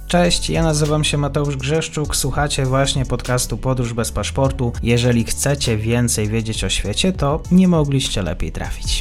Cześć, ja nazywam się Mateusz Grzeszczuk, słuchacie właśnie podcastu Podróż bez paszportu. Jeżeli chcecie więcej wiedzieć o świecie, to nie mogliście lepiej trafić.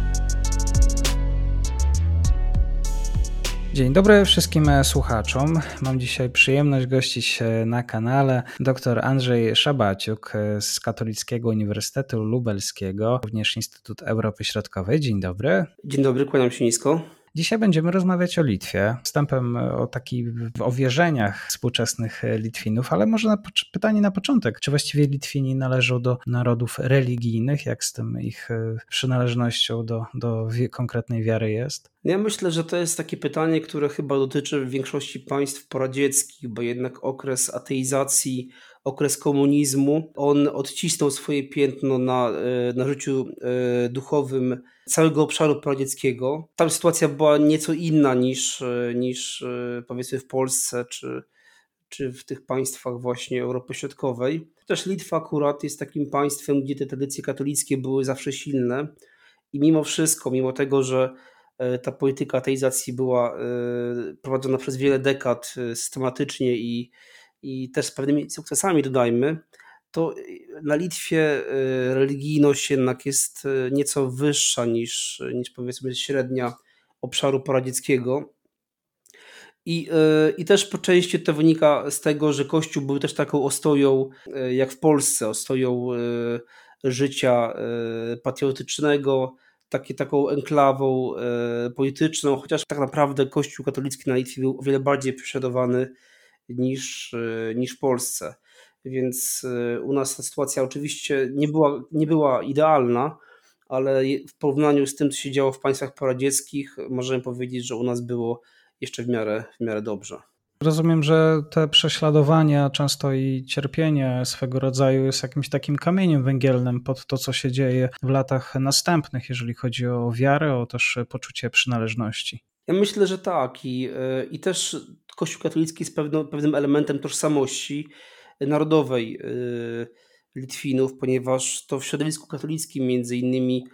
Dzień dobry wszystkim słuchaczom. Mam dzisiaj przyjemność gościć na kanale dr Andrzej Szabaciuk z Katolickiego Uniwersytetu Lubelskiego, również Instytut Europy Środkowej. Dzień dobry. Dzień dobry, kłaniam się nisko. Dzisiaj będziemy rozmawiać o Litwie, wstępem o wierzeniach współczesnych Litwinów, ale może pytanie na początek, czy właściwie Litwini należą do narodów religijnych, jak z tym ich przynależnością do konkretnej wiary jest? Ja myślę, że to jest takie pytanie, które chyba dotyczy większości państw poradzieckich, bo jednak okres ateizacji, okres komunizmu, on odcisnął swoje piętno na życiu duchowym całego obszaru poradzieckiego. Tam sytuacja była nieco inna niż powiedzmy w Polsce czy w tych państwach właśnie Europy Środkowej. Też Litwa akurat jest takim państwem, gdzie te tradycje katolickie były zawsze silne i mimo wszystko, mimo tego, że ta polityka ateizacji była prowadzona przez wiele dekad systematycznie i też z pewnymi sukcesami, dodajmy, to na Litwie religijność jednak jest nieco wyższa niż powiedzmy średnia obszaru poradzieckiego. I też po części to wynika z tego, że Kościół był też taką ostoją, jak w Polsce, ostoją życia patriotycznego, taką enklawą polityczną, chociaż tak naprawdę Kościół katolicki na Litwie był o wiele bardziej prześladowany niż w Polsce. Więc u nas ta sytuacja oczywiście nie była idealna, ale w porównaniu z tym, co się działo w państwach poradzieckich, możemy powiedzieć, że u nas było jeszcze w miarę dobrze. Rozumiem, że te prześladowania, często i cierpienie swego rodzaju jest jakimś takim kamieniem węgielnym pod to, co się dzieje w latach następnych, jeżeli chodzi o wiarę, o też poczucie przynależności. Ja myślę, że tak i też Kościół katolicki jest pewnym elementem tożsamości narodowej Litwinów, ponieważ to w środowisku katolickim między innymi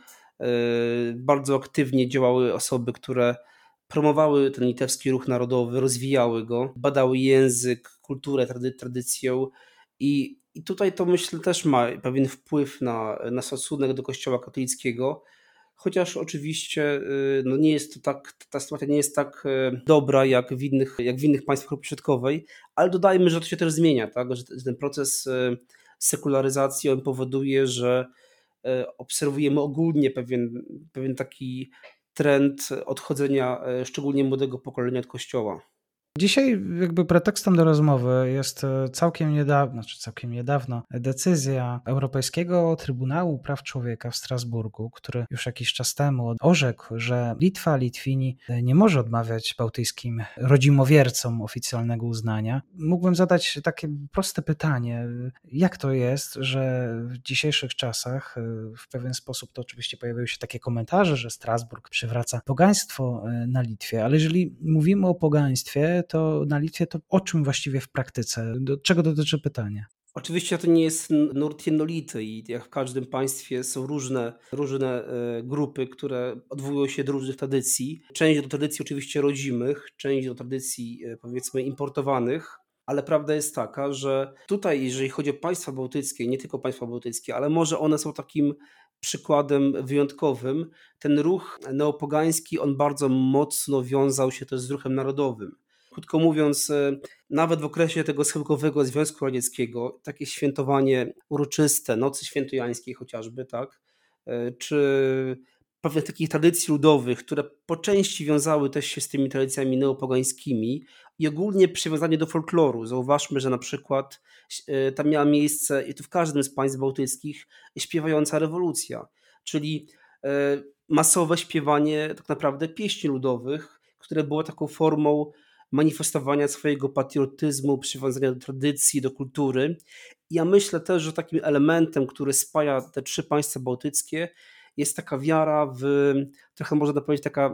bardzo aktywnie działały osoby, które promowały ten litewski ruch narodowy, rozwijały go, badały język, kulturę, tradycję i tutaj to myślę też ma pewien wpływ na stosunek do Kościoła katolickiego, chociaż oczywiście no nie jest to tak, ta sytuacja nie jest tak dobra jak w innych państwach Europy Środkowej, ale dodajmy, że to się też zmienia, tak? Że ten proces sekularyzacji on powoduje, że obserwujemy ogólnie pewien taki trend odchodzenia szczególnie młodego pokolenia od Kościoła. Dzisiaj jakby pretekstem do rozmowy jest całkiem niedawno decyzja Europejskiego Trybunału Praw Człowieka w Strasburgu, który już jakiś czas temu orzekł, że Litwa, Litwini nie może odmawiać bałtyckim rodzimowiercom oficjalnego uznania. Mógłbym zadać takie proste pytanie, jak to jest, że w dzisiejszych czasach w pewien sposób to oczywiście pojawiały się takie komentarze, że Strasburg przywraca pogaństwo na Litwie, ale jeżeli mówimy o pogaństwie, to na Litwie to o czym właściwie w praktyce? Czego dotyczy pytanie? Oczywiście to nie jest nurt jednolity i jak w każdym państwie są różne grupy, które odwołują się do różnych tradycji. Część do tradycji oczywiście rodzimych, część do tradycji powiedzmy importowanych, ale prawda jest taka, że tutaj jeżeli chodzi o państwa bałtyckie, nie tylko państwa bałtyckie, ale może one są takim przykładem wyjątkowym, ten ruch neopogański, on bardzo mocno wiązał się też z ruchem narodowym. Krótko mówiąc, nawet w okresie tego schyłkowego Związku Radzieckiego, takie świętowanie uroczyste, Nocy Świętojańskiej chociażby, tak, czy pewnych takich tradycji ludowych, które po części wiązały też się z tymi tradycjami neopogańskimi i ogólnie przywiązanie do folkloru. Zauważmy, że na przykład tam miała miejsce, i to w każdym z państw bałtyckich, śpiewająca rewolucja, czyli masowe śpiewanie tak naprawdę pieśni ludowych, które było taką formą manifestowania swojego patriotyzmu, przywiązania do tradycji, do kultury. I ja myślę też, że takim elementem, który spaja te trzy państwa bałtyckie, jest taka wiara trochę można powiedzieć taka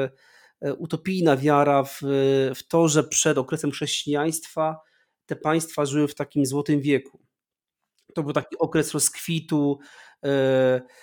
utopijna wiara w to, że przed okresem chrześcijaństwa te państwa żyły w takim złotym wieku. To był taki okres rozkwitu,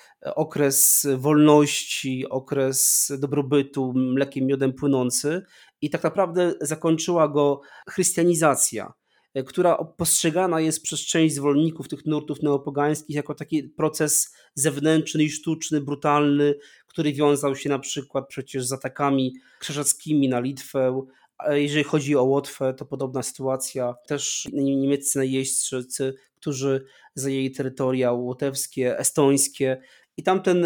okres wolności, okres dobrobytu, mlekiem, miodem płynący i tak naprawdę zakończyła go chrystianizacja, która postrzegana jest przez część zwolenników tych nurtów neopogańskich jako taki proces zewnętrzny i sztuczny, brutalny, który wiązał się na przykład przecież z atakami krzyżackimi na Litwę. A jeżeli chodzi o Łotwę, to podobna sytuacja. Też niemieccy najeźdźcy, którzy zajęli terytoria łotewskie, estońskie i tamten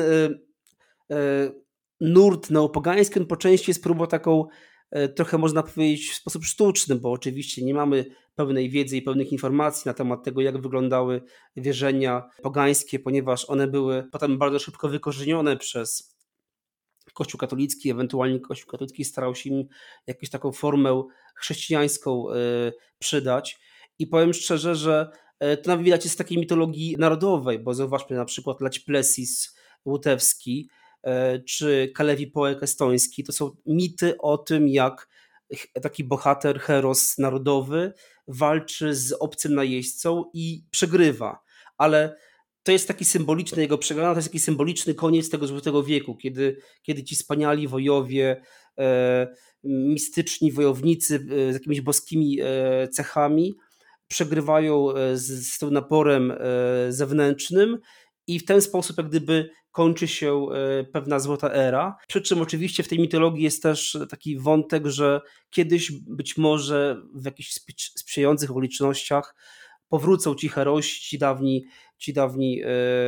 nurt neopogański on po części jest próbą taką trochę można powiedzieć w sposób sztuczny, bo oczywiście nie mamy pełnej wiedzy i pełnych informacji na temat tego, jak wyglądały wierzenia pogańskie, ponieważ one były potem bardzo szybko wykorzenione przez Kościół katolicki, ewentualnie Kościół katolicki starał się im jakąś taką formę chrześcijańską przydać. I powiem szczerze, że to nawet widać jest z takiej mitologii narodowej, bo zauważmy na przykład Lać Plesis łotewski czy Kalevi Poek estoński. To są mity o tym, jak taki bohater, heros narodowy walczy z obcym najeźdźcą i przegrywa. Ale to jest taki symboliczny, jego przegrana to jest taki symboliczny koniec tego złotego wieku, kiedy ci wspaniali wojowie, mistyczni wojownicy z jakimiś boskimi cechami przegrywają z tym naporem zewnętrznym i w ten sposób jak gdyby kończy się pewna złota era. Przy czym oczywiście w tej mitologii jest też taki wątek, że kiedyś być może w jakichś sprzyjających okolicznościach powrócą ci herosi, ci dawni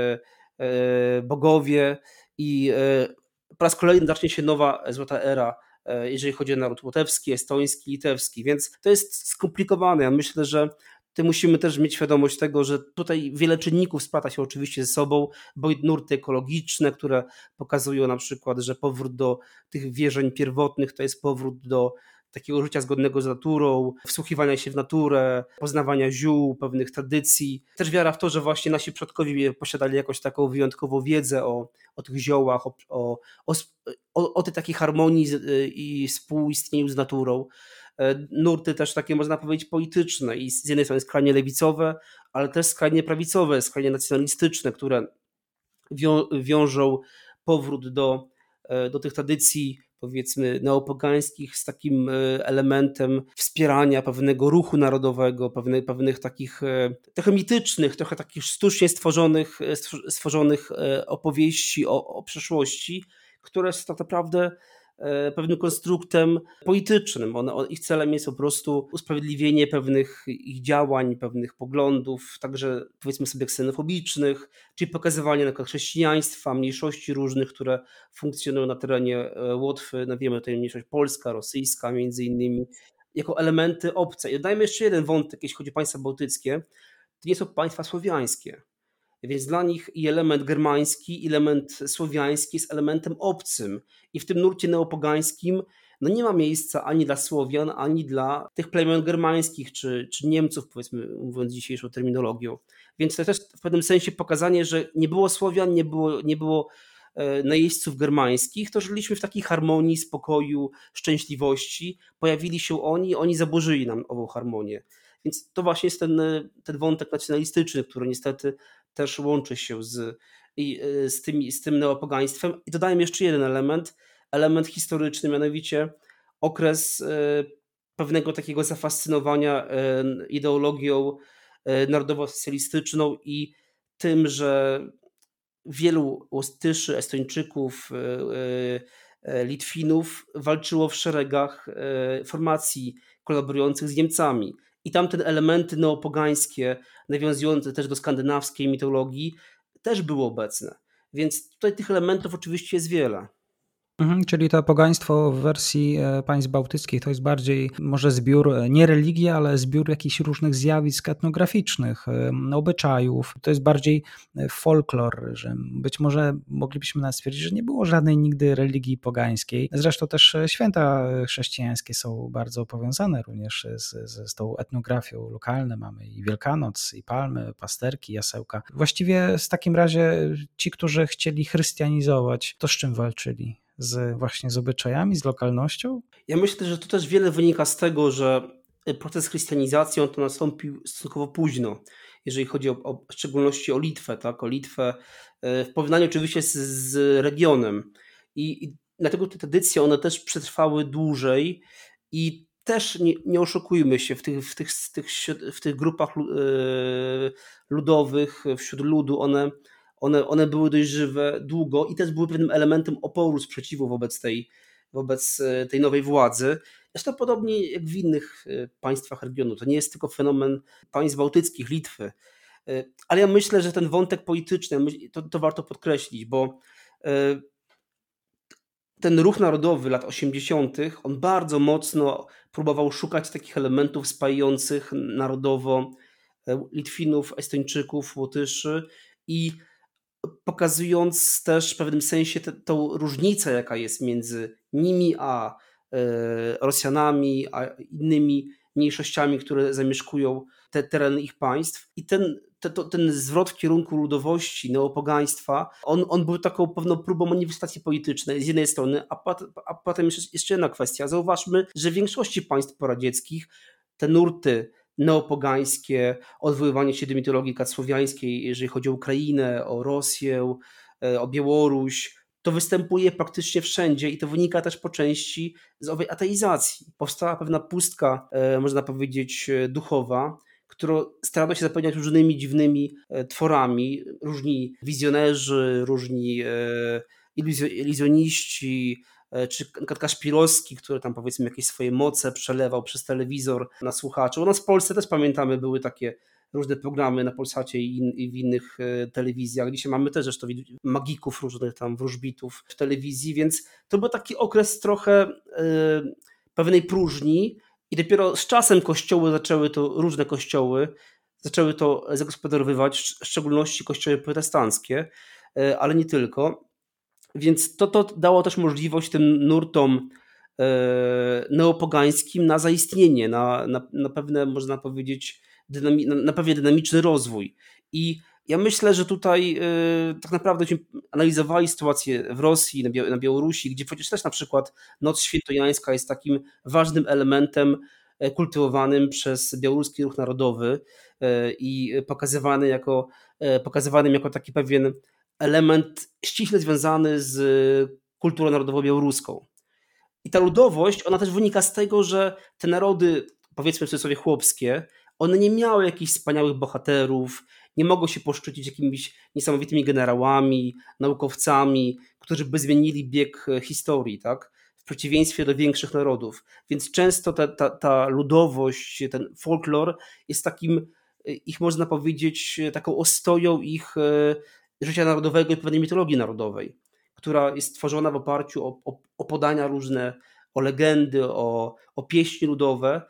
bogowie i po raz kolejny zacznie się nowa złota era, jeżeli chodzi o naród łotewski, estoński, litewski, więc to jest skomplikowane. Ja myślę, że musimy też mieć świadomość tego, że tutaj wiele czynników splata się oczywiście ze sobą, bo i nurty ekologiczne, które pokazują na przykład, że powrót do tych wierzeń pierwotnych to jest powrót do takiego życia zgodnego z naturą, wsłuchiwania się w naturę, poznawania ziół, pewnych tradycji. Też wiara w to, że właśnie nasi przodkowie posiadali jakąś taką wyjątkową wiedzę o tych ziołach, o tej takiej harmonii i współistnieniu z naturą. Nurty też takie można powiedzieć polityczne i z jednej strony skrajnie lewicowe, ale też skrajnie prawicowe, skrajnie nacjonalistyczne, które wiążą powrót do tych tradycji powiedzmy neopogańskich z takim elementem wspierania pewnego ruchu narodowego, pewnych takich trochę mitycznych, trochę takich sztucznie stworzonych opowieści o przeszłości, które są tak naprawdę pewnym konstruktem politycznym. Ich celem jest po prostu usprawiedliwienie pewnych ich działań, pewnych poglądów, także powiedzmy sobie ksenofobicznych, czyli pokazywanie na przykład chrześcijaństwa, mniejszości różnych, które funkcjonują na terenie Łotwy. No wiemy tutaj mniejszość polska, rosyjska między innymi, jako elementy obce. I dodajmy jeszcze jeden wątek, jeśli chodzi o państwa bałtyckie, to nie są państwa słowiańskie. Więc dla nich i element germański, i element słowiański jest elementem obcym. I w tym nurcie neopogańskim no nie ma miejsca ani dla Słowian, ani dla tych plemion germańskich, czy Niemców, powiedzmy, mówiąc dzisiejszą terminologią. Więc to też w pewnym sensie pokazanie, że nie było Słowian, nie było najeźdźców germańskich, to żyliśmy w takiej harmonii, spokoju, szczęśliwości. Pojawili się oni zaburzyli nam ową harmonię. Więc to właśnie jest ten wątek nacjonalistyczny, który niestety też łączy się z tym neopogaństwem. I dodajmy jeszcze jeden element historyczny, mianowicie okres pewnego takiego zafascynowania ideologią narodowo-socjalistyczną i tym, że wielu Łotyszy, Estończyków, Litwinów walczyło w szeregach formacji kolaborujących z Niemcami. I tamte elementy neopogańskie, nawiązujące też do skandynawskiej mitologii, też były obecne. Więc tutaj tych elementów oczywiście jest wiele. Czyli to pogaństwo w wersji państw bałtyckich to jest bardziej może zbiór nie religii, ale zbiór jakichś różnych zjawisk etnograficznych, obyczajów. To jest bardziej folklor, że być może moglibyśmy nawet stwierdzić, że nie było żadnej nigdy religii pogańskiej. Zresztą też święta chrześcijańskie są bardzo powiązane również z tą etnografią lokalną. Mamy i Wielkanoc, i palmy, pasterki, jasełka. Właściwie w takim razie ci, którzy chcieli chrystianizować, to z czym walczyli? Właśnie z obyczajami, z lokalnością? Ja myślę, że to też wiele wynika z tego, że proces chrystianizacji to nastąpił stosunkowo późno, jeżeli chodzi w szczególności o Litwę, tak? O Litwę w porównaniu oczywiście z regionem. I dlatego te tradycje one też przetrwały dłużej I też nie oszukujmy się, w tych grupach ludowych, wśród ludu, one były dość żywe długo i też były pewnym elementem oporu, sprzeciwu wobec tej nowej władzy. Zresztą podobnie jak w innych państwach regionu. To nie jest tylko fenomen państw bałtyckich, Litwy. Ale ja myślę, że ten wątek polityczny, to warto podkreślić, bo ten ruch narodowy lat 80., on bardzo mocno próbował szukać takich elementów spajających narodowo Litwinów, Estończyków, Łotyszy i pokazując też w pewnym sensie tą różnicę, jaka jest między nimi a Rosjanami, a innymi mniejszościami, które zamieszkują te tereny ich państw. I ten zwrot w kierunku ludowości, neopogaństwa, on był taką pewną próbą manifestacji politycznej z jednej strony, a potem jeszcze jedna kwestia. Zauważmy, że w większości państw poradzieckich te nurty neopogańskie, odwoływanie się do mitologii słowiańskiej, jeżeli chodzi o Ukrainę, o Rosję, o Białoruś, to występuje praktycznie wszędzie i to wynika też po części z owej ateizacji. Powstała pewna pustka, można powiedzieć, duchowa, którą starano się zapełniać różnymi dziwnymi tworami, różni wizjonerzy, różni iluzjoniści, czy Kaszpirowski, który tam powiedzmy jakieś swoje moce przelewał przez telewizor na słuchaczy. U nas w Polsce też pamiętamy, były takie różne programy na Polsacie i w innych telewizjach. Dzisiaj mamy też zresztą magików różnych tam, wróżbitów w telewizji, więc to był taki okres trochę pewnej próżni i dopiero z czasem różne kościoły zaczęły to zagospodarowywać, w szczególności kościoły protestanckie, ale nie tylko. Więc to dało też możliwość tym nurtom neopogańskim na zaistnienie, na pewne, można powiedzieć, na pewien dynamiczny rozwój. I ja myślę, że tutaj tak naprawdę analizowali sytuację w Rosji, na Białorusi, gdzie przecież też na przykład Noc Świętojańska jest takim ważnym elementem kultywowanym przez białoruski ruch narodowy i pokazywanym jako taki pewien element ściśle związany z kulturą narodowo-białoruską. I ta ludowość, ona też wynika z tego, że te narody, powiedzmy w cudzysłowie chłopskie, one nie miały jakichś wspaniałych bohaterów, nie mogą się poszczycić jakimiś niesamowitymi generałami, naukowcami, którzy by zmienili bieg historii, tak? W przeciwieństwie do większych narodów. Więc często ta ludowość, ten folklor jest takim, ich można powiedzieć, taką ostoją ich życia narodowego i pewnej mitologii narodowej, która jest tworzona w oparciu o podania różne, o legendy, o pieśni ludowe,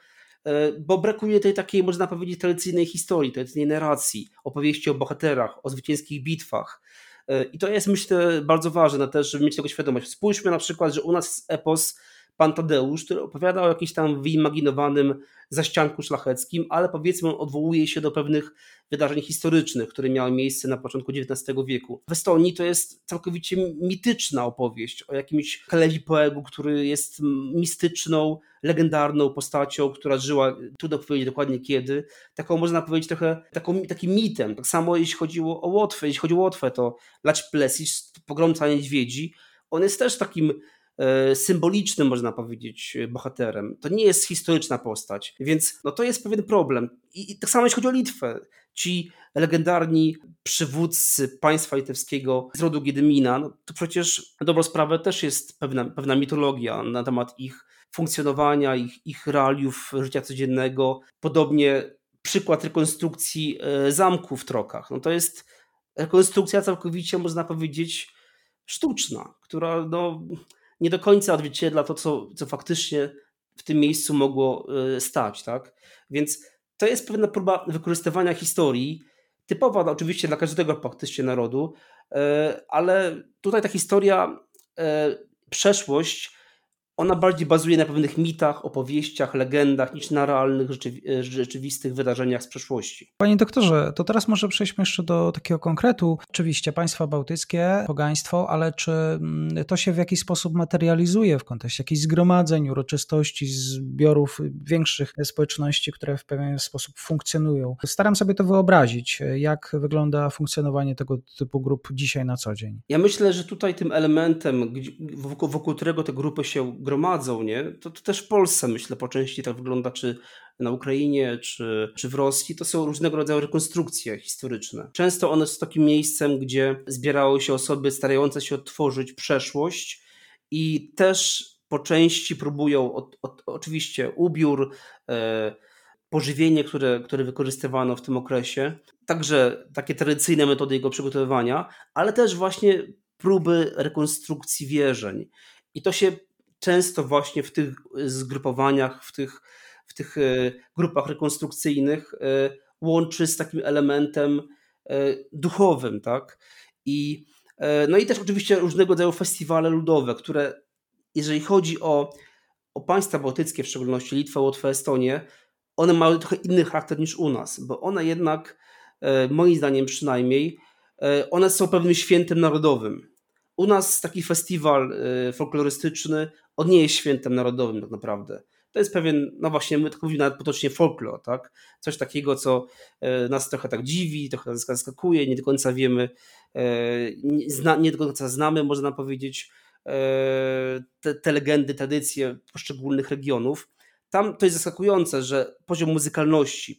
bo brakuje tej takiej, można powiedzieć, tradycyjnej historii, tradycyjnej narracji, opowieści o bohaterach, o zwycięskich bitwach. I to jest, myślę, bardzo ważne też, żeby mieć tego świadomość. Spójrzmy na przykład, że u nas jest epos Pan Tadeusz, który opowiada o jakimś tam wyimaginowanym zaścianku szlacheckim, ale powiedzmy odwołuje się do pewnych wydarzeń historycznych, które miały miejsce na początku XIX wieku. W Estonii to jest całkowicie mityczna opowieść o jakimś Kalevi Poegu, który jest mistyczną, legendarną postacią, która żyła, trudno powiedzieć dokładnie kiedy, taką można powiedzieć trochę takim mitem. Tak samo jeśli chodziło o Łotwę. Jeśli chodzi o Łotwę, to Lać Plesisz, pogromca niedźwiedzi, on jest też takim symbolicznym, można powiedzieć, bohaterem. To nie jest historyczna postać, więc no to jest pewien problem. I tak samo jeśli chodzi o Litwę. Ci legendarni przywódcy państwa litewskiego z rodu Giedymina, no to przecież na dobrą sprawę też jest pewna mitologia na temat ich funkcjonowania, ich realiów życia codziennego. Podobnie przykład rekonstrukcji zamku w Trokach. No to jest rekonstrukcja całkowicie, można powiedzieć, sztuczna, która no nie do końca odzwierciedla to, co faktycznie w tym miejscu mogło stać. Tak? Więc to jest pewna próba wykorzystywania historii, typowa oczywiście dla każdego praktycznie narodu, ale tutaj ta historia, przeszłość, ona bardziej bazuje na pewnych mitach, opowieściach, legendach niż na realnych, rzeczywistych wydarzeniach z przeszłości. Panie doktorze, to teraz może przejdźmy jeszcze do takiego konkretu. Oczywiście państwa bałtyckie, pogaństwo, ale czy to się w jakiś sposób materializuje w kontekście jakichś zgromadzeń, uroczystości, zbiorów większych społeczności, które w pewien sposób funkcjonują? Staram sobie to wyobrazić, jak wygląda funkcjonowanie tego typu grup dzisiaj na co dzień. Ja myślę, że tutaj tym elementem, wokół którego te grupy się gromadzą, nie? To też w Polsce, myślę, po części tak wygląda, czy na Ukrainie, czy w Rosji, to są różnego rodzaju rekonstrukcje historyczne. Często one są takim miejscem, gdzie zbierały się osoby starające się odtworzyć przeszłość i też po części próbują oczywiście ubiór, pożywienie, które wykorzystywano w tym okresie, także takie tradycyjne metody jego przygotowywania, ale też właśnie próby rekonstrukcji wierzeń. I to się często właśnie w tych zgrupowaniach, w tych grupach rekonstrukcyjnych łączy z takim elementem duchowym, tak? No i też oczywiście różnego rodzaju festiwale ludowe, które jeżeli chodzi o państwa bałtyckie, w szczególności Litwę, Łotwę, Estonię, one mają trochę inny charakter niż u nas, bo one jednak, moim zdaniem przynajmniej, one są pewnym świętem narodowym. U nas taki festiwal folklorystyczny, on nie jest świętem narodowym tak naprawdę. To jest pewien, no właśnie, my tak mówimy nawet potocznie folklor, tak? Coś takiego, co nas trochę tak dziwi, trochę nas zaskakuje, nie do końca wiemy, nie do końca znamy, można powiedzieć, te legendy, tradycje poszczególnych regionów. Tam to jest zaskakujące, że poziom muzykalności,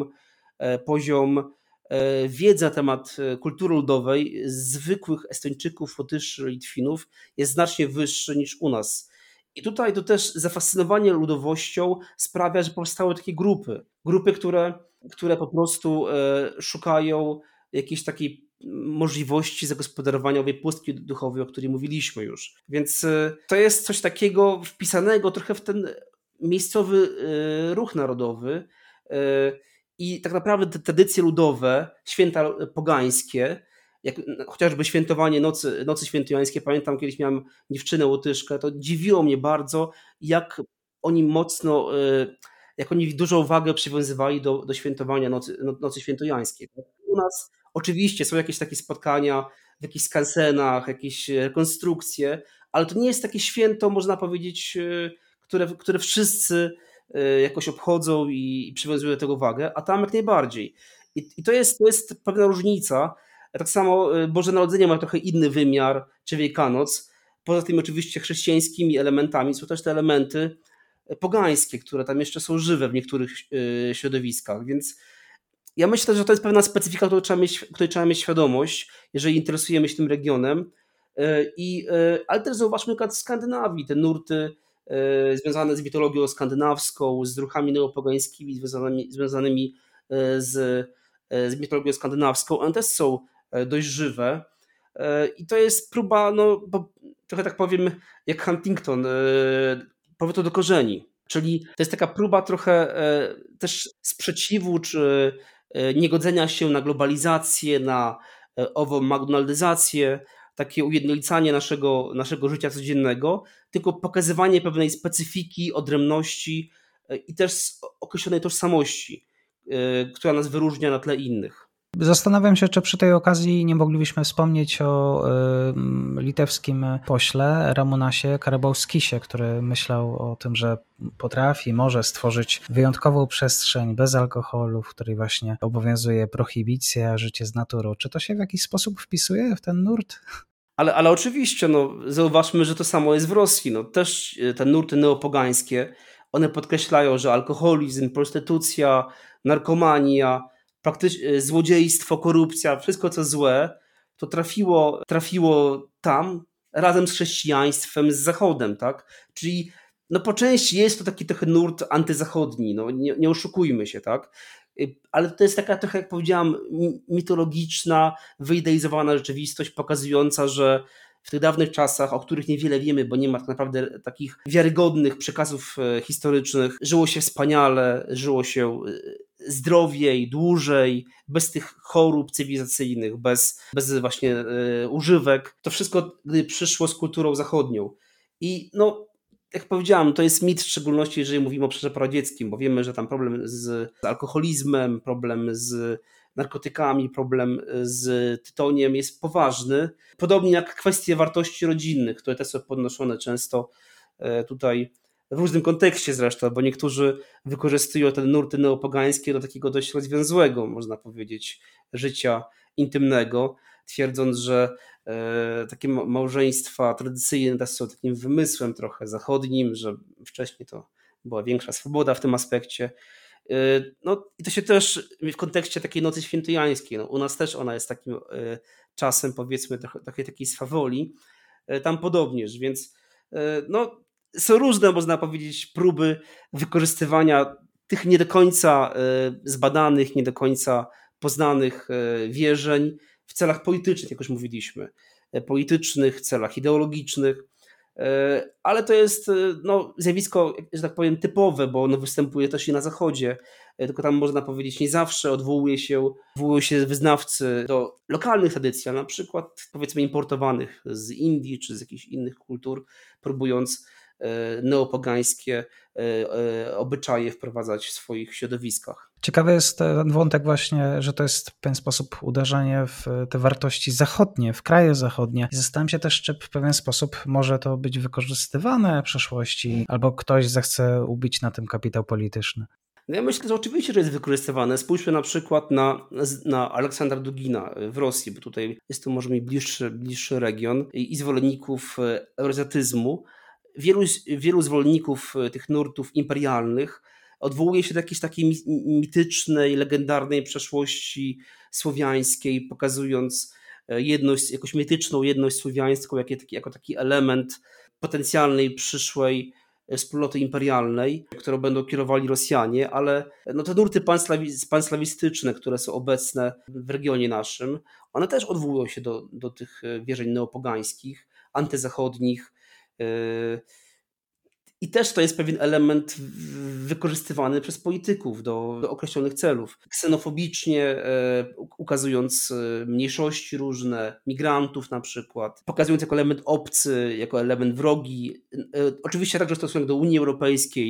poziom wiedzy na temat kultury ludowej zwykłych Estończyków, Łotyszy, Litwinów jest znacznie wyższy niż u nas. I tutaj to też zafascynowanie ludowością sprawia, że powstały takie grupy, które po prostu szukają jakiejś takiej możliwości zagospodarowania owej pustki duchowej, o której mówiliśmy już. Więc to jest coś takiego wpisanego trochę w ten miejscowy ruch narodowy i tak naprawdę te tradycje ludowe, święta pogańskie, jak chociażby świętowanie nocy świętojańskie. Pamiętam, kiedyś miałem dziewczynę Łotyszkę, to dziwiło mnie bardzo, jak oni mocno, jak oni dużą wagę przywiązywali do świętowania nocy świętojańskiej. U nas oczywiście są jakieś takie spotkania w jakichś skansenach, jakieś rekonstrukcje, ale to nie jest takie święto, można powiedzieć, które wszyscy jakoś obchodzą i przywiązują do tego wagę, a tam jak najbardziej. I to jest pewna różnica. Tak samo Boże Narodzenie ma trochę inny wymiar, czy Wielkanoc. Poza tymi oczywiście chrześcijańskimi elementami są też te elementy pogańskie, które tam jeszcze są żywe w niektórych środowiskach, więc ja myślę, że to jest pewna specyfika, której trzeba mieć świadomość, jeżeli interesujemy się tym regionem. Ale też zauważmy na w Skandynawii te nurty związane z mitologią skandynawską, z ruchami neopogańskimi związanymi z mitologią skandynawską. One też są dość żywe i to jest próba, no bo trochę tak powiem, jak Huntington, powrotu do korzeni. Czyli to jest taka próba trochę też sprzeciwu czy niegodzenia się na globalizację, na ową McDonaldyzację, takie ujednolicanie naszego życia codziennego, tylko pokazywanie pewnej specyfiki, odrębności i też określonej tożsamości, która nas wyróżnia na tle innych. Zastanawiam się, czy przy tej okazji nie moglibyśmy wspomnieć o litewskim pośle Ramonasie Karbauskisie, który myślał o tym, że może stworzyć wyjątkową przestrzeń bez alkoholu, w której właśnie obowiązuje prohibicja, życie z naturą. Czy to się w jakiś sposób wpisuje w ten nurt? Ale oczywiście, no, zauważmy, że to samo jest w Rosji. No, też te nurty neopogańskie, one podkreślają, że alkoholizm, prostytucja, narkomania, złodziejstwo, korupcja, wszystko co złe, to trafiło tam razem z chrześcijaństwem, z Zachodem, tak? Czyli no po części jest to taki trochę nurt antyzachodni, no nie oszukujmy się, tak? Ale to jest taka trochę, jak powiedziałam, mitologiczna, wyidealizowana rzeczywistość pokazująca, że w tych dawnych czasach, o których niewiele wiemy, bo nie ma tak naprawdę takich wiarygodnych przekazów historycznych, żyło się wspaniale, żyło się zdrowiej, dłużej, bez tych chorób cywilizacyjnych, bez właśnie używek. To wszystko przyszło z kulturą zachodnią. I no, jak powiedziałam, to jest mit, w szczególności jeżeli mówimy o obszarze pradzieckim, bo wiemy, że tam problem z alkoholizmem, problem z narkotykami, problem z tytoniem jest poważny. Podobnie jak kwestie wartości rodzinnych, które też są podnoszone często tutaj w różnym kontekście zresztą, bo niektórzy wykorzystują te nurty neopogańskie do takiego dość rozwiązłego, można powiedzieć, życia intymnego, twierdząc, że takie małżeństwa tradycyjne też są takim wymysłem trochę zachodnim, że wcześniej to była większa swoboda w tym aspekcie. No i to się też w kontekście takiej nocy świętojańskiej, no, u nas też ona jest takim czasem, powiedzmy, trochę takiej swawoli, tam podobnież, więc no, są różne, można powiedzieć, próby wykorzystywania tych nie do końca zbadanych, nie do końca poznanych wierzeń w celach politycznych, jak już mówiliśmy, politycznych, celach ideologicznych, ale to jest no, zjawisko, że tak powiem, typowe, bo ono występuje też i na Zachodzie, tylko tam można powiedzieć nie zawsze odwołują się wyznawcy do lokalnych tradycji, a na przykład powiedzmy importowanych z Indii czy z jakichś innych kultur, próbując neopogańskie obyczaje wprowadzać w swoich środowiskach. Ciekawy jest ten wątek właśnie, że to jest w pewien sposób uderzenie w te wartości zachodnie, w kraje zachodnie. I zastanawiam się też, czy w pewien sposób może to być wykorzystywane w przyszłości, albo ktoś zechce ubić na tym kapitał polityczny. No ja myślę, że oczywiście, że jest wykorzystywane. Spójrzmy na przykład na Aleksandra Dugina w Rosji, bo tutaj jest to może mi bliższy region i zwolenników eurazjatyzmu. Wielu zwolenników tych nurtów imperialnych odwołuje się do jakiejś takiej mitycznej, legendarnej przeszłości słowiańskiej, pokazując jakąś mityczną jedność słowiańską jako taki element potencjalnej przyszłej wspólnoty imperialnej, którą będą kierowali Rosjanie, ale no te nurty panslawistyczne, które są obecne w regionie naszym, one też odwołują się do tych wierzeń neopogańskich, antyzachodnich. I też to jest pewien element wykorzystywany przez polityków do określonych celów. Ksenofobicznie ukazując mniejszości różne, migrantów na przykład, pokazując jako element obcy, jako element wrogi. Oczywiście także w stosunku do Unii Europejskiej,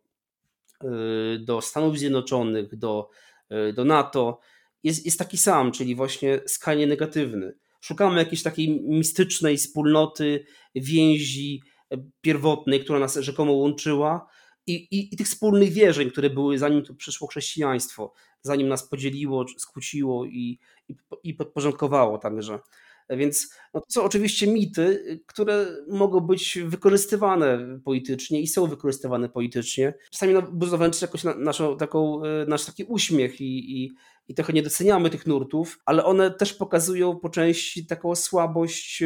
do Stanów Zjednoczonych, do NATO jest taki sam, czyli właśnie skrajnie negatywny. Szukamy jakiejś takiej mistycznej wspólnoty, więzi pierwotnej, która nas rzekomo łączyła i tych wspólnych wierzeń, które były zanim tu przyszło chrześcijaństwo, zanim nas podzieliło, skłóciło i podporządkowało także. Więc no to są oczywiście mity, które mogą być wykorzystywane politycznie i są wykorzystywane politycznie. Czasami budzą wręcz jakoś nasz taki uśmiech i trochę nie doceniamy tych nurtów, ale one też pokazują po części taką słabość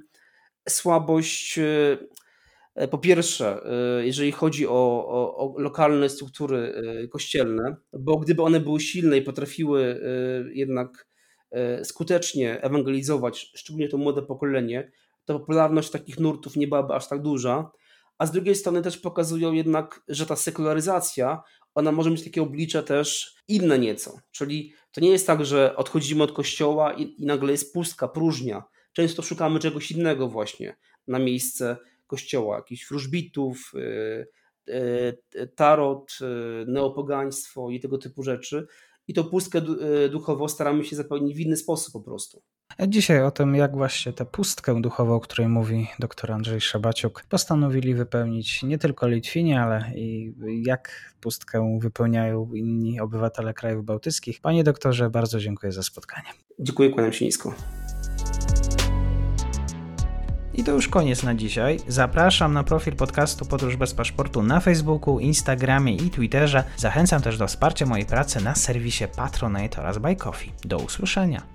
po pierwsze, jeżeli chodzi o lokalne struktury kościelne, bo gdyby one były silne i potrafiły jednak skutecznie ewangelizować, szczególnie to młode pokolenie, to popularność takich nurtów nie byłaby aż tak duża, a z drugiej strony też pokazują jednak, że ta sekularyzacja, ona może mieć takie oblicze też inne nieco, czyli to nie jest tak, że odchodzimy od kościoła i nagle jest pustka, próżnia. Często szukamy czegoś innego właśnie na miejsce kościoła, jakichś wróżbitów, tarot, neopogaństwo i tego typu rzeczy. I tą pustkę duchową staramy się zapełnić w inny sposób po prostu. Dzisiaj o tym, jak właśnie tę pustkę duchową, o której mówi dr Andrzej Szabaciuk, postanowili wypełnić nie tylko Litwini, ale i jak pustkę wypełniają inni obywatele krajów bałtyckich. Panie doktorze, bardzo dziękuję za spotkanie. Dziękuję, kłaniam się nisko. I to już koniec na dzisiaj. Zapraszam na profil podcastu Podróż bez paszportu na Facebooku, Instagramie i Twitterze. Zachęcam też do wsparcia mojej pracy na serwisie Patronite oraz Buy Coffee. Do usłyszenia.